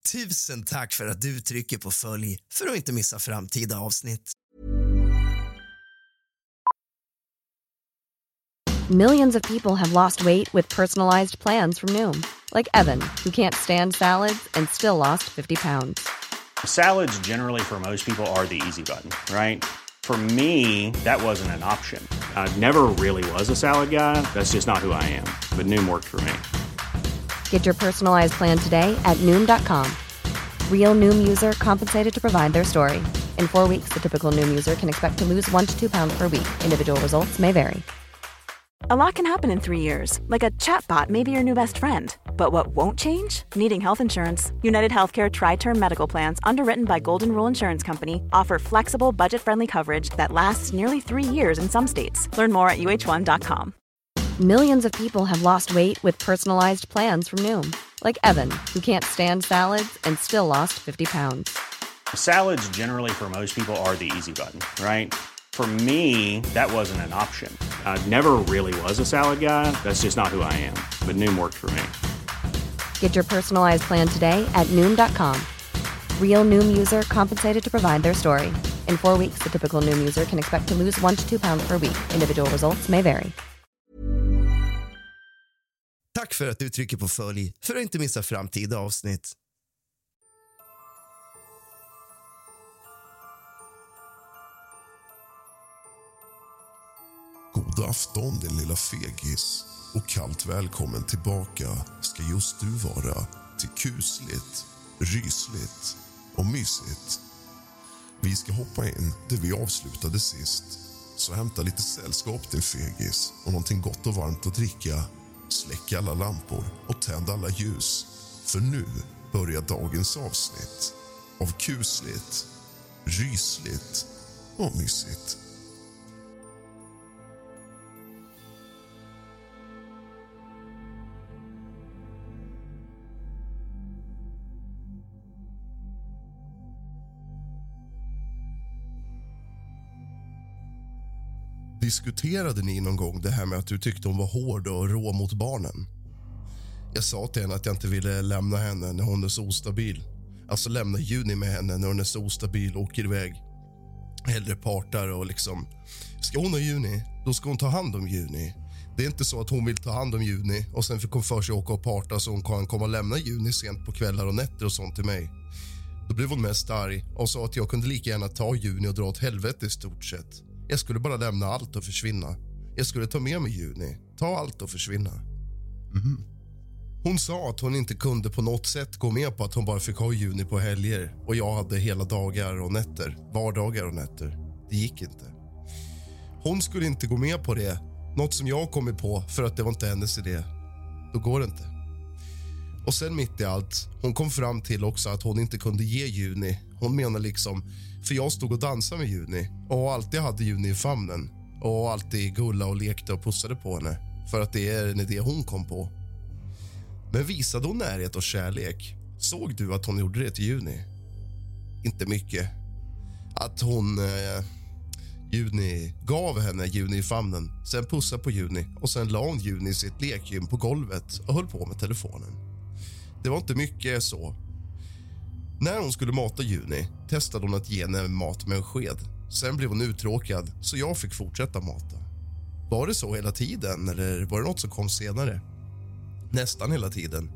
Tusen tack för att du trycker på följ för att inte missa framtida avsnitt. Millions of people have lost weight with personalized plans from Noom. Like Evan, who can't stand salads and still lost 50 pounds. Salads generally for most people are the easy button, right? For me, that wasn't an option. I never really was a salad guy. That's just not who I am. But Noom worked for me. Get your personalized plan today at Noom.com. Real Noom user compensated to provide their story. In 4 weeks, the typical Noom user can expect to lose 1 to 2 pounds per week. Individual results may vary. A lot can happen in 3 years, like a chatbot may be your new best friend. But what won't change? Needing health insurance. United Healthcare Tri-Term Medical Plans, underwritten by Golden Rule Insurance Company, offer flexible, budget-friendly coverage that lasts nearly 3 years in some states. Learn more at uh1.com. Millions of people have lost weight with personalized plans from Noom. Like Evan, who can't stand salads and still lost 50 pounds. Salads generally for most people are the easy button, right? For me, that wasn't an option. I never really was a salad guy. That's just not who I am. But Noom worked for me. Get your personalized plan today at Noom.com. Real Noom user compensated to provide their story. In 4 weeks, the typical Noom user can expect to lose 1 to 2 pounds per week. Individual results may vary. Tack för att du trycker på följ för att inte missa framtida avsnitt. God afton, din lilla fegis. Och kallt välkommen tillbaka ska just du vara till kusligt, rysligt och mysigt. Vi ska hoppa in där vi avslutade sist. Så hämta lite sällskap din fegis och någonting gott och varmt att dricka. Släck alla lampor och tänd alla ljus. För nu börjar dagens avsnitt av kusligt, rysligt och mysigt. Diskuterade ni någon gång det här med att du tyckte hon var hård och rå mot barnen? Jag sa till henne att jag inte ville lämna henne när hon är så ostabil. Alltså lämna Juni med henne när hon är så ostabil och åker iväg. Hellre partar och liksom... Ska hon ha Juni, då ska hon ta hand om Juni. Det är inte så att hon vill ta hand om Juni och sen fick hon för sig åka och parta så hon kan komma och lämna Juni sent på kvällar och nätter och sånt till mig. Då blev hon mest arg och sa att jag kunde lika gärna ta Juni och dra åt helvete i stort sett. Jag skulle bara lämna allt och försvinna. Jag skulle ta med mig Juni. Ta allt och försvinna. Hon sa att hon inte kunde på något sätt gå med på att hon bara fick ha Juni på helger. Och jag hade hela dagar och nätter. Vardagar och nätter. Det gick inte. Hon skulle inte gå med på det. Något som jag kommit på för att det var inte hennes idé. Då går det inte. Och sen mitt i allt, hon kom fram till också att hon inte kunde ge Juni. Hon menar liksom, för jag stod och dansade med Juni och alltid hade Juni i famnen och alltid gulla och lekte och pussade på henne för att det är en idé hon kom på. Men visade hon närhet och kärlek? Såg du att hon gjorde det till Juni? Inte mycket. Att hon Juni gav henne Juni i famnen, sen pussade på Juni och sen la hon Juni i sitt lekgym på golvet och höll på med telefonen. Det var inte mycket så. När hon skulle mata Juni testade hon att ge henne mat med en sked. Sen blev hon uttråkad så jag fick fortsätta mata. Var det så hela tiden eller var det något som kom senare? Nästan hela tiden.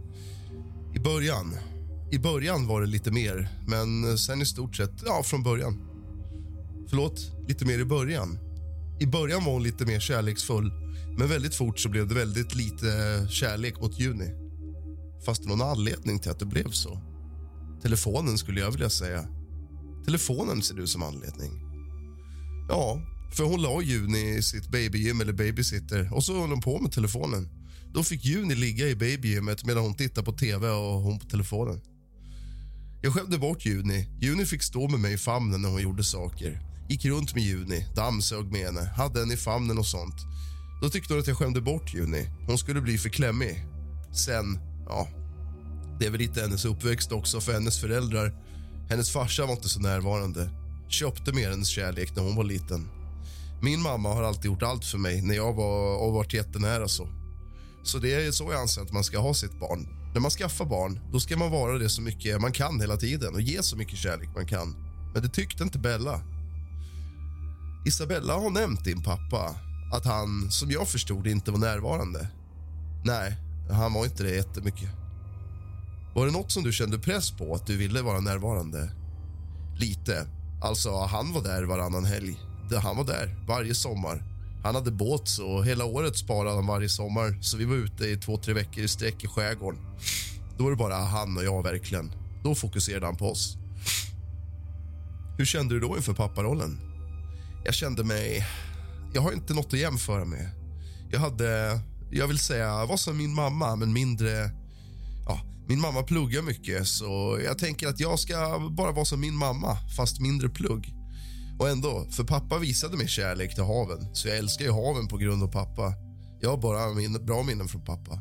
I början var det lite mer, men sen i stort sett, från början. Lite mer i början. I början var hon lite mer kärleksfull, men väldigt fort så blev det väldigt lite kärlek mot Juni. Fast det var någon anledning till att det blev så. Telefonen skulle jag vilja säga. Telefonen ser du som anledning. Ja, för hon la Juni i sitt babygym eller babysitter och så höll hon på med telefonen. Då fick Juni ligga i babygymmet medan hon tittade på tv och hon på telefonen. Jag skämde bort Juni. Juni fick stå med mig i famnen när hon gjorde saker. Gick runt med Juni, dammsög med henne, hade henne i famnen och sånt. Då tyckte hon att jag skämde bort Juni. Hon skulle bli för klämmig. Sen, det är väl lite hennes uppväxt också för hennes föräldrar. Hennes farsa var inte så närvarande. Köpte mer hennes kärlek när hon var liten. Min mamma har alltid gjort allt för mig när jag var och varit jättenära så. Så det är så jag anser att man ska ha sitt barn. När man skaffar barn, då ska man vara det så mycket man kan hela tiden och ge så mycket kärlek man kan. Men det tyckte inte Bella. Isabella har nämnt din pappa att han, som jag förstod, inte var närvarande. Nej, han var inte det jättemycket. Var det något som du kände press på att du ville vara närvarande? Lite. Alltså, han var där varannan helg. Han var där varje sommar. Han hade båt, så hela året sparade han varje sommar. Så vi var ute i 2-3 veckor i sträck i skärgården. Då var det bara han och jag verkligen. Då fokuserade han på oss. Hur kände du då inför papparollen? Jag kände mig... Jag har inte något att jämföra med. Jag vill säga, var som min mamma, men mindre... Ja, min mamma pluggar mycket, så jag tänker att jag ska bara vara som min mamma, fast mindre plugg. Och ändå, för pappa visade mig kärlek till haven, så jag älskar ju haven på grund av pappa. Jag har bara bra minnen från pappa.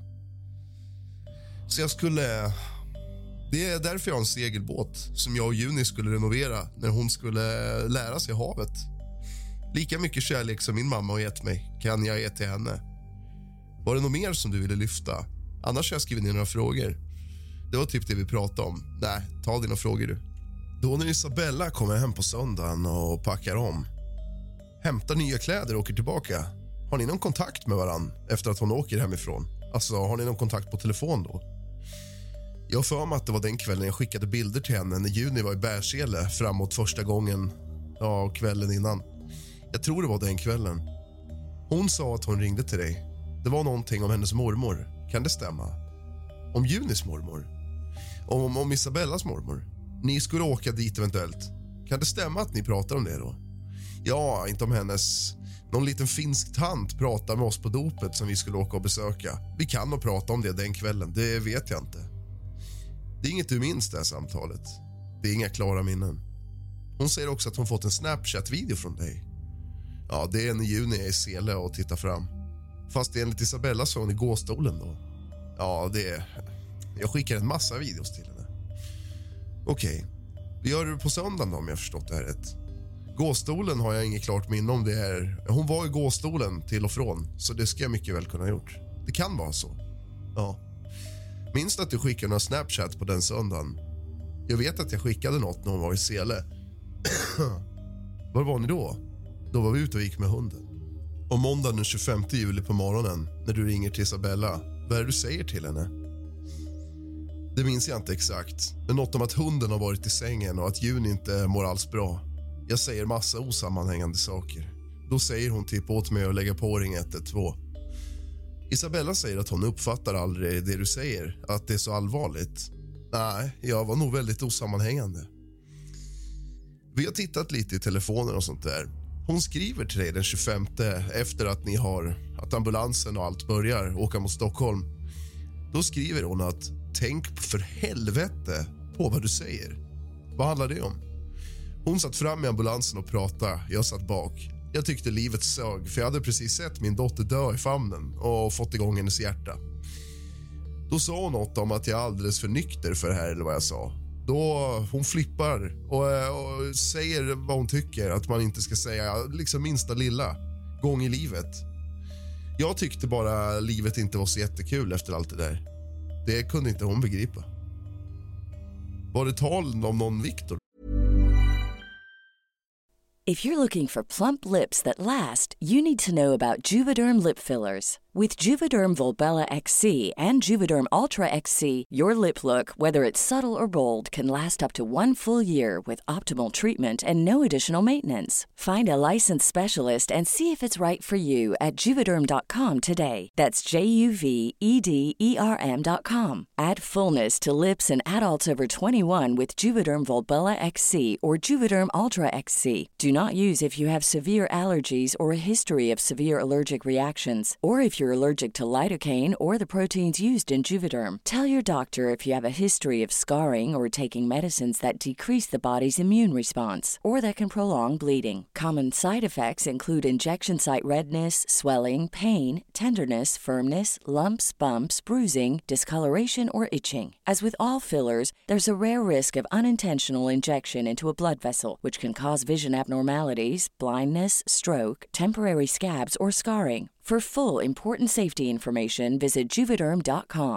Så jag skulle... Det är därför jag har en segelbåt som jag och Juni skulle renovera när hon skulle lära sig havet. Lika mycket kärlek som min mamma har gett mig kan jag ge till henne. Var det något mer som du ville lyfta? Annars har jag skrivit ner några frågor. Det var typ det vi pratade om. Nej, ta dina frågor du. Då när Isabella kommer hem på söndagen och packar om, hämtar nya kläder och åker tillbaka. Har ni någon kontakt med varann efter att hon åker hemifrån? Alltså, har ni någon kontakt på telefon då? Jag har för mig att det var den kvällen jag skickade bilder till henne när Juni var i Bärsele framåt första gången. Ja, kvällen innan. Jag tror det var den kvällen. Hon sa att hon ringde till dig. Det var någonting om hennes mormor. Kan det stämma? Om Junis mormor? Om Isabellas mormor? Ni skulle åka dit eventuellt. Kan det stämma att ni pratar om det då? Ja, inte om hennes... Någon liten finsk tant pratade med oss på dopet som vi skulle åka och besöka. Vi kan nog prata om det den kvällen, det vet jag inte. Det är inget du minns det här samtalet. Det är inga klara minnen. Hon säger också att hon fått en Snapchat-video från dig. Ja, det är när Juni är i Sele och tittar fram. Fast enligt Isabella så är hon i gåstolen då. Ja, det är... Jag skickar en massa videos till henne. Okej. Vi gör det på söndagen då, om jag förstått det här rätt. Gåstolen har jag inget klart minne om det är. Hon var i gåstolen till och från, så det ska jag mycket väl kunna ha gjort. Det kan vara så. Ja. Minns att du skickade några Snapchat på den söndagen? Jag vet att jag skickade något när hon var i Sele. Var var ni då? Då var vi ute och gick med hunden. Och måndagen den 25 juli på morgonen, när du ringer till Isabella, vad är det du säger till henne? Det minns jag inte exakt, men något om att hunden har varit i sängen och att Juni inte mår alls bra. Jag säger massa osammanhängande saker. Då säger hon typ åt mig att lägga på ring 112. Isabella säger att hon uppfattar aldrig det du säger, att det är så allvarligt. Nej, jag var nog väldigt osammanhängande. Vi har tittat lite i telefonen och sånt där. Hon skriver till dig den 25 efter att ni har att ambulansen och allt börjar åka mot Stockholm. Då skriver hon att tänk för helvete på vad du säger. Vad handlar det om? Hon satt fram i ambulansen och pratade. Jag satt bak. Jag tyckte livet sög, för jag hade precis sett min dotter dö i famnen och fått igång hennes hjärta. Då sa hon något om att jag är alldeles för nykter för det här, eller vad jag sa. Då hon flippar och säger vad hon tycker att man inte ska säga, liksom minsta lilla gång i livet. Jag tyckte bara livet inte var så jättekul efter allt det där. Det kunde inte hon begripa. Var det tal om någon Viktor? If you're looking for plump lips that last, you need to know about Juvederm lip fillers. With Juvederm Volbella XC and Juvederm Ultra XC, your lip look, whether it's subtle or bold, can last up to 1 full year with optimal treatment and no additional maintenance. Find a licensed specialist and see if it's right for you at Juvederm.com today. That's JUVEDERM.com. Add fullness to lips in adults over 21 with Juvederm Volbella XC or Juvederm Ultra XC. Do not use if you have severe allergies or a history of severe allergic reactions, or if you're allergic to lidocaine or the proteins used in Juvederm. Tell your doctor if you have a history of scarring or taking medicines that decrease the body's immune response or that can prolong bleeding. Common side effects include injection site redness, swelling, pain, tenderness, firmness, lumps, bumps, bruising, discoloration, or itching. As with all fillers, there's a rare risk of unintentional injection into a blood vessel, which can cause vision abnormalities, blindness, stroke, temporary scabs, or scarring. For full, important safety information, visit Juvederm.com.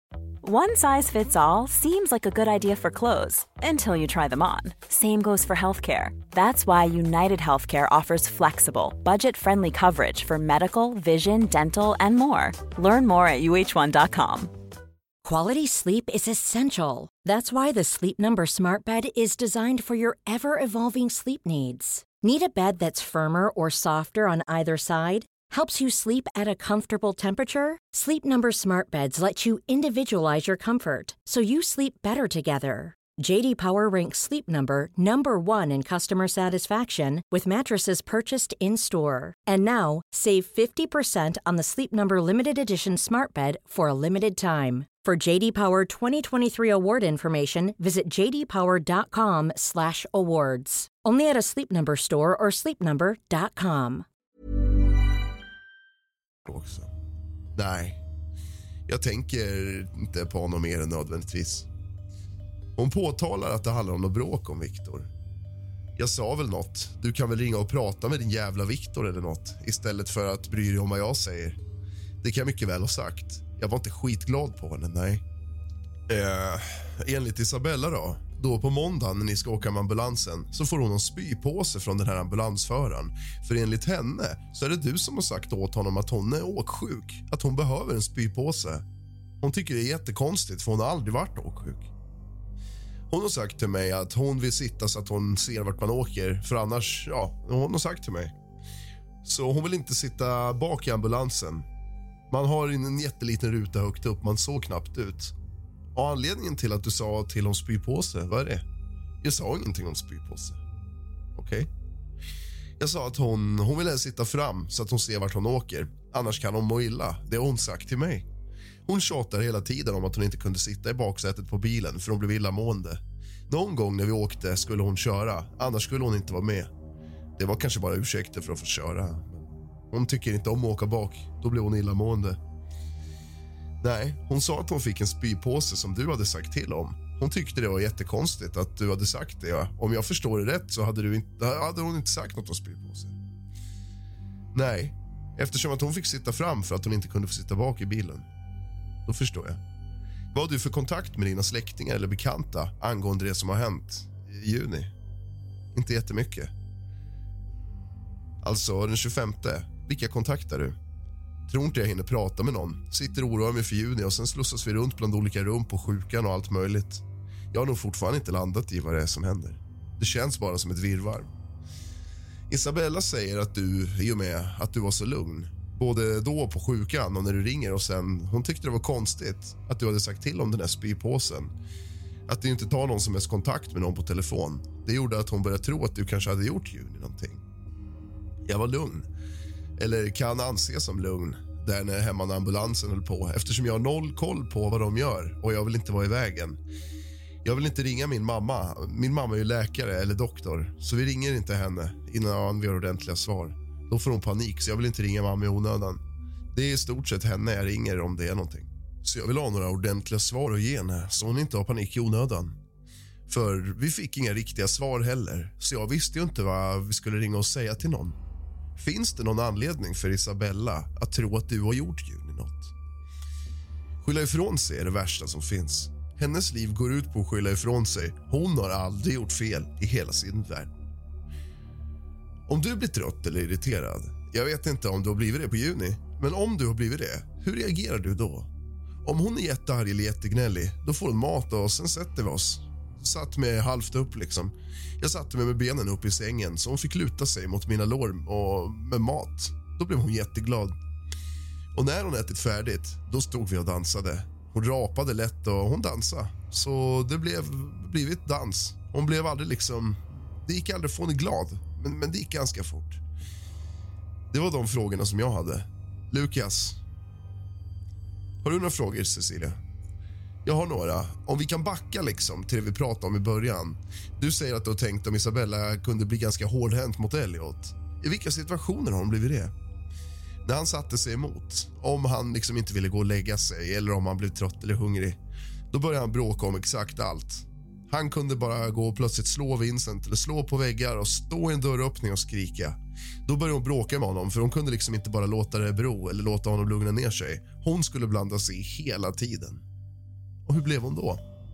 One size fits all seems like a good idea for clothes until you try them on. Same goes for healthcare. That's why United Healthcare offers flexible, budget-friendly coverage for medical, vision, dental, and more. Learn more at uh1.com. Quality sleep is essential. That's why the Sleep Number Smart Bed is designed for your ever-evolving sleep needs. Need a bed that's firmer or softer on either side? Helps you sleep at a comfortable temperature? Sleep Number Smart Beds let you individualize your comfort so you sleep better together. JD Power ranks Sleep Number #1 in customer satisfaction with mattresses purchased in-store. And now, save 50% on the Sleep Number Limited Edition Smart Bed for a limited time. For JD Power 2023 award information, visit jdpower.com/awards. Only at a Sleep Number store or sleepnumber.com. Också. Nej, jag tänker inte på honom mer än nödvändigtvis. Hon påtalar att det handlar om något bråk om Viktor. Jag sa väl något. Du kan väl ringa och prata med din jävla Viktor eller något istället för att bry dig om vad jag säger. Det kan jag mycket väl ha sagt. Jag var inte skitglad på henne, nej. Enligt Isabella då på måndagen när ni ska åka med ambulansen så får hon en spypåse från den här ambulansföraren. För enligt henne så är det du som har sagt åt honom att hon är åksjuk, att hon behöver en spypåse. Hon tycker det är jättekonstigt för hon har aldrig varit åksjuk. Hon har sagt till mig att hon vill sitta så att hon ser vart man åker, för annars, hon har sagt till mig. Så hon vill inte sitta bak i ambulansen. Man har en jätteliten ruta högt upp, man såg knappt ut. Och anledningen till att du sa till om spypåse, vad är det? Jag sa ingenting om spypåse. Okej. Jag sa att hon vill sitta fram så att hon ser vart hon åker. Annars kan hon må illa, det har hon sagt till mig. Hon tjatar hela tiden om att hon inte kunde sitta i baksätet på bilen för hon blev illamående. Någon gång när vi åkte skulle hon köra, annars skulle hon inte vara med. Det var kanske bara ursäkter för att få köra. Hon tycker inte om att åka bak, då blev hon illamående. Nej, hon sa att hon fick en spypåse som du hade sagt till om. Hon tyckte det var jättekonstigt att du hade sagt det. Om jag förstår det rätt så hade hon inte sagt något om spypåse. Nej, eftersom att hon fick sitta fram för att hon inte kunde få sitta bak i bilen. Då förstår jag. Vad har du för kontakt med dina släktingar eller bekanta angående det som har hänt i juni? Inte jättemycket. Alltså den 25. Vilka kontaktar du? Tror inte jag hinner prata med någon. Sitter och oroar mig för juni och sen slussas vi runt bland olika rum på sjukan och allt möjligt. Jag har nog fortfarande inte landat i vad det är som händer. Det känns bara som ett virrvarr. Isabella säger att du, i och med att du var så lugn, både då på sjukan och när du ringer och sen, hon tyckte det var konstigt att du hade sagt till om den här spypåsen. Att du inte tar någon som helst kontakt med någon på telefon. Det gjorde att hon började tro att du kanske hade gjort juni någonting. Jag var lugn. Eller kan anses som lugn där när hemma när ambulansen höll på, eftersom jag har noll koll på vad de gör och jag vill inte vara i vägen. Jag vill inte ringa min mamma. Min mamma är ju läkare eller doktor, så vi ringer inte henne innan vi har ordentliga svar. Då får hon panik, så jag vill inte ringa mamma i onödan. Det är i stort sett henne jag ringer om det är någonting. Så jag vill ha några ordentliga svar att ge henne så hon inte har panik i onödan. För vi fick inga riktiga svar heller, så jag visste ju inte vad vi skulle ringa och säga till någon. Finns det någon anledning för Isabella att tro att du har gjort juni något? Skylla ifrån sig är det värsta som finns. Hennes liv går ut på att skylla ifrån sig. Hon har aldrig gjort fel i hela sin värld. Om du blir trött eller irriterad, jag vet inte om du har blivit det på juni, men om du har blivit det, hur reagerar du då? Om hon är jättearg eller jättegnällig, då får hon mat och sen sätter vi oss. Satt med halvt upp liksom. Jag satte mig med benen upp i sängen så hon fick luta sig mot mina lår och med mat. Då blev hon jätteglad. Och när hon ätit färdigt, då stod vi och dansade. Hon rapade lätt och hon dansade. Så det blivit dans. Hon blev aldrig liksom... Det gick aldrig få henne glad, men det gick ganska fort. Det var de frågorna som jag hade. Lukas, har du några frågor, Cecilia? Jag har några. Om vi kan backa liksom till det vi pratade om i början. Du säger att du har tänkt om Isabella kunde bli ganska hårdhänt mot Elliot. I vilka situationer har hon blivit det? När han satte sig emot. Om han liksom inte ville gå och lägga sig eller om han blev trött eller hungrig. Då började han bråka om exakt allt. Han kunde bara gå och plötsligt slå Vincent eller slå på väggar och stå i en dörröppning och skrika. Då började hon bråka med honom för hon kunde liksom inte bara låta det bero eller låta honom lugna ner sig. Hon skulle blanda sig hela tiden. Och hur blev hon då?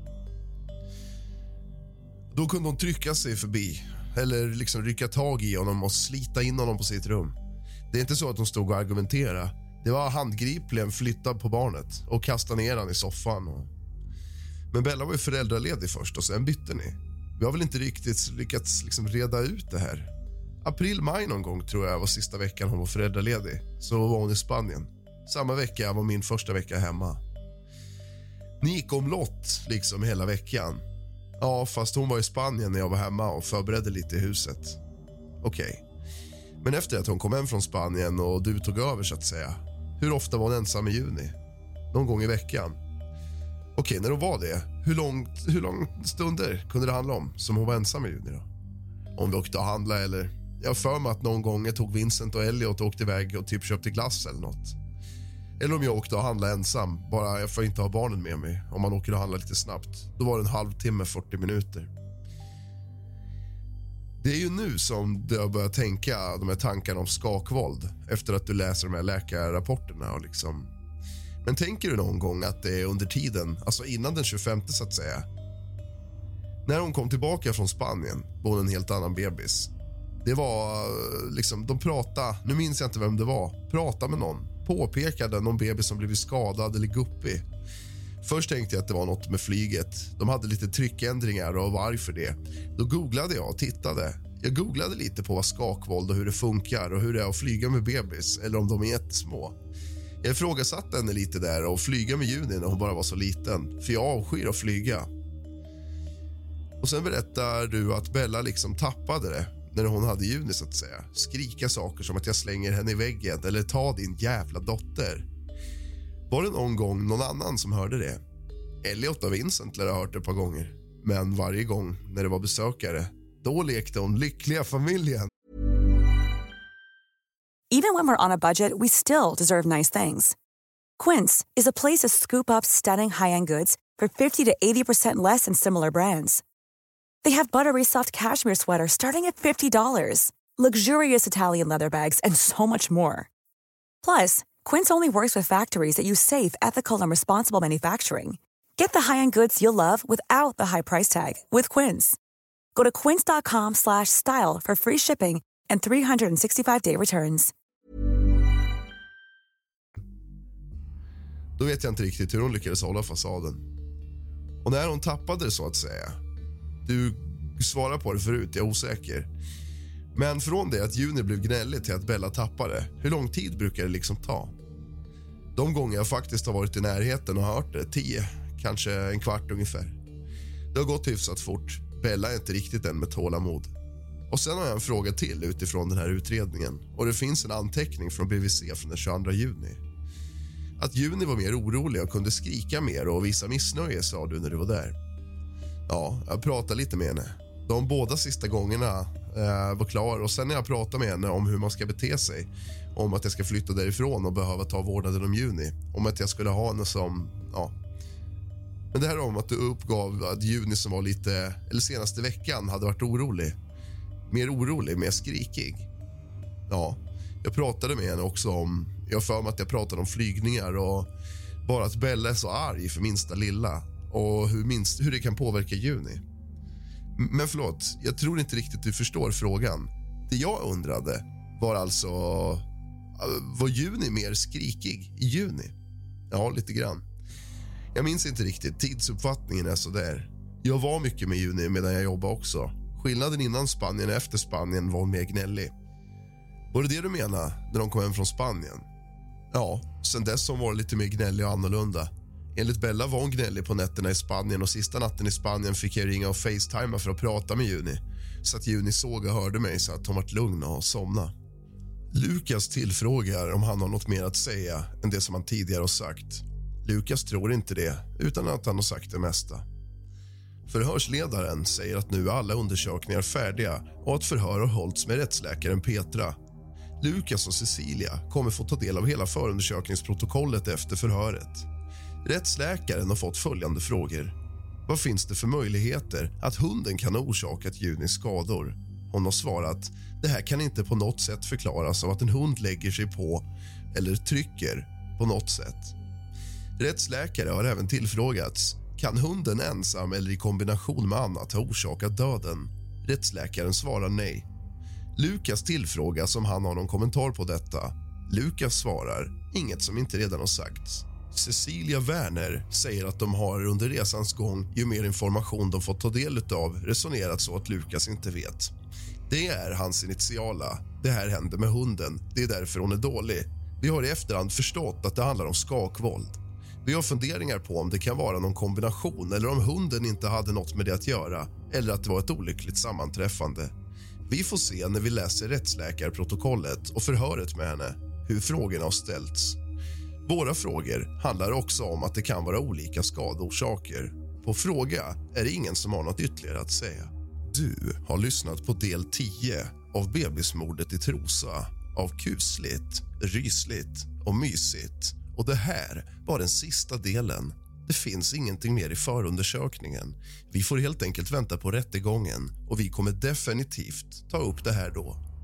Då kunde hon trycka sig förbi eller liksom rycka tag i honom och slita in honom på sitt rum. Det är inte så att hon stod och argumenterade. Det var handgripligen flytta på barnet och kasta ner han i soffan. Men Bella var ju föräldraledig först och sen bytte ni. Vi har väl inte riktigt lyckats liksom reda ut det här. April, maj någon gång tror jag var sista veckan hon var föräldraledig. Så var hon i Spanien. Samma vecka var min första vecka hemma. Ni gick omlott liksom hela veckan. Ja, fast hon var i Spanien när jag var hemma och förberedde lite i huset. Okej. Men efter att hon kom hem från Spanien och du tog över så att säga. Hur ofta var hon ensam i juni? Någon gång i veckan. Okej, när hon var det, hur lång stunder kunde det handla om som hon var ensam i juni då? Om vi åkte och handla eller... Jag för mig att någon gång tog Vincent och Elliot och åkte iväg och typ köpte glass eller något. Eller om jag åkte och handla ensam, bara jag får inte ha barnen med mig. Om man åker och handla lite snabbt. Då var det en halvtimme, 40 minuter. Det är ju nu som jag börjar tänka de här tankarna om skakvåld. Efter att du läser de här läkarrapporterna och liksom... Men tänker du någon gång att det är under tiden, alltså innan den 25 så att säga. När hon kom tillbaka från Spanien var hon en helt annan bebis. Det var liksom, de pratade, nu minns jag inte vem det var, pratade med någon. Påpekade någon bebis som blivit skadad eller guppig. Först tänkte jag att det var något med flyget. De hade lite tryckändringar och var arg för det. Då googlade jag och tittade. Jag googlade lite på vad skakvåld och hur det funkar och hur det är att flyga med bebis eller om de är jättesmå. Jag ifrågasatte henne lite där och flyga med Juni när hon bara var så liten. För jag avskyr att flyga. Och sen berättar du att Bella liksom tappade det när hon hade Juni så att säga. Skrika saker som att jag slänger henne i väggen eller ta din jävla dotter. Var det någon gång någon annan som hörde det? Elliot och Vincent lär ha hört det ett par gånger. Men varje gång när det var besökare, då lekte hon lyckliga familjen. Even when we're on a budget, we still deserve nice things. Quince is a place to scoop up stunning high-end goods for 50 to 80% less than similar brands. They have buttery soft cashmere sweaters starting at $50, luxurious Italian leather bags, and so much more. Plus, Quince only works with factories that use safe, ethical, and responsible manufacturing. Get the high-end goods you'll love without the high price tag with Quince. Go to quince.com/style for free shipping and 365-day returns. Då vet jag inte riktigt hur hon lyckades hålla fasaden. Och när hon tappade det så att säga. Du svarar på det förut, jag är osäker. Men från det att Juni blev gnällig till att Bella tappade, hur lång tid brukar det liksom ta? De gånger jag faktiskt har varit i närheten och hört det, 10, kanske en kvart ungefär. Det har gått hyfsat fort. Bella är inte riktigt en med tålamod. Och sen har jag en fråga till utifrån den här utredningen. Och det finns en anteckning från BVC från den 22 juni. Att Juni var mer orolig och kunde skrika mer och visa missnöje, sa du när du var där. Ja, jag pratade lite med henne. De båda sista gångerna var klar. Och sen när jag pratade med henne om hur man ska bete sig, om att jag ska flytta därifrån och behöva ta vårdnaden om Juni, om att jag skulle ha henne som, ja. Men det här om att du uppgav att Juni som var lite, eller senaste veckan hade varit orolig, mer skrikig. Ja, jag pratade med henne också om, jag för mig att jag pratade om flygningar och bara att Bella är så arg för minsta lilla och hur det kan påverka Juni. Men förlåt, jag tror inte riktigt du förstår frågan. Det jag undrade var alltså, var Juni mer skrikig i juni? Ja, lite grann. Jag minns inte riktigt, tidsuppfattningen är så där. Jag var mycket med Juni medan jag jobbade också. Skillnaden innan Spanien och efter Spanien var mer gnällig. Var det du menade när de kom hem från Spanien? Ja, sen dess var det lite mer gnällig och annorlunda. Enligt Bella var hon gnällig på nätterna i Spanien och sista natten i Spanien fick jag ringa och facetima för att prata med Juni. Så att Juni såg och hörde mig så att hon var lugn och somna. Lukas tillfrågar om han har något mer att säga än det som han tidigare har sagt. Lukas tror inte det, utan att han har sagt det mesta. Förhörsledaren säger att nu är alla undersökningar färdiga och att förhör har hållits med rättsläkaren Petra. Lukas och Cecilia kommer få ta del av hela förundersökningsprotokollet efter förhöret. Rättsläkaren har fått följande frågor. Vad finns det för möjligheter att hunden kan ha orsakat Junis skador? Hon har svarat, det här kan inte på något sätt förklaras av att en hund lägger sig på eller trycker på något sätt. Rättsläkare har även tillfrågats. Kan hunden ensam eller i kombination med annat ha orsakat döden? Rättsläkaren svarar nej. Lukas tillfrågas om han har någon kommentar på detta. Lukas svarar inget som inte redan har sagts. Cecilia Werner säger att de har under resans gång, ju mer information de fått ta del av, resonerat så att Lukas inte vet. Det är hans initiala. Det här händer med hunden. Det är därför hon är dålig. Vi har i efterhand förstått att det handlar om skakvåld. Vi har funderingar på om det kan vara någon kombination eller om hunden inte hade något med det att göra eller att det var ett olyckligt sammanträffande. Vi får se när vi läser rättsläkarprotokollet och förhöret med henne hur frågorna har ställts. Våra frågor handlar också om att det kan vara olika skadeorsaker. På fråga är det ingen som har något ytterligare att säga. Du har lyssnat på del 10 av bebismordet i Trosa av kusligt, rysligt och mysigt. Och det här var den sista delen. Det finns ingenting mer i förundersökningen. Vi får helt enkelt vänta på rättegången och vi kommer definitivt ta upp det här då.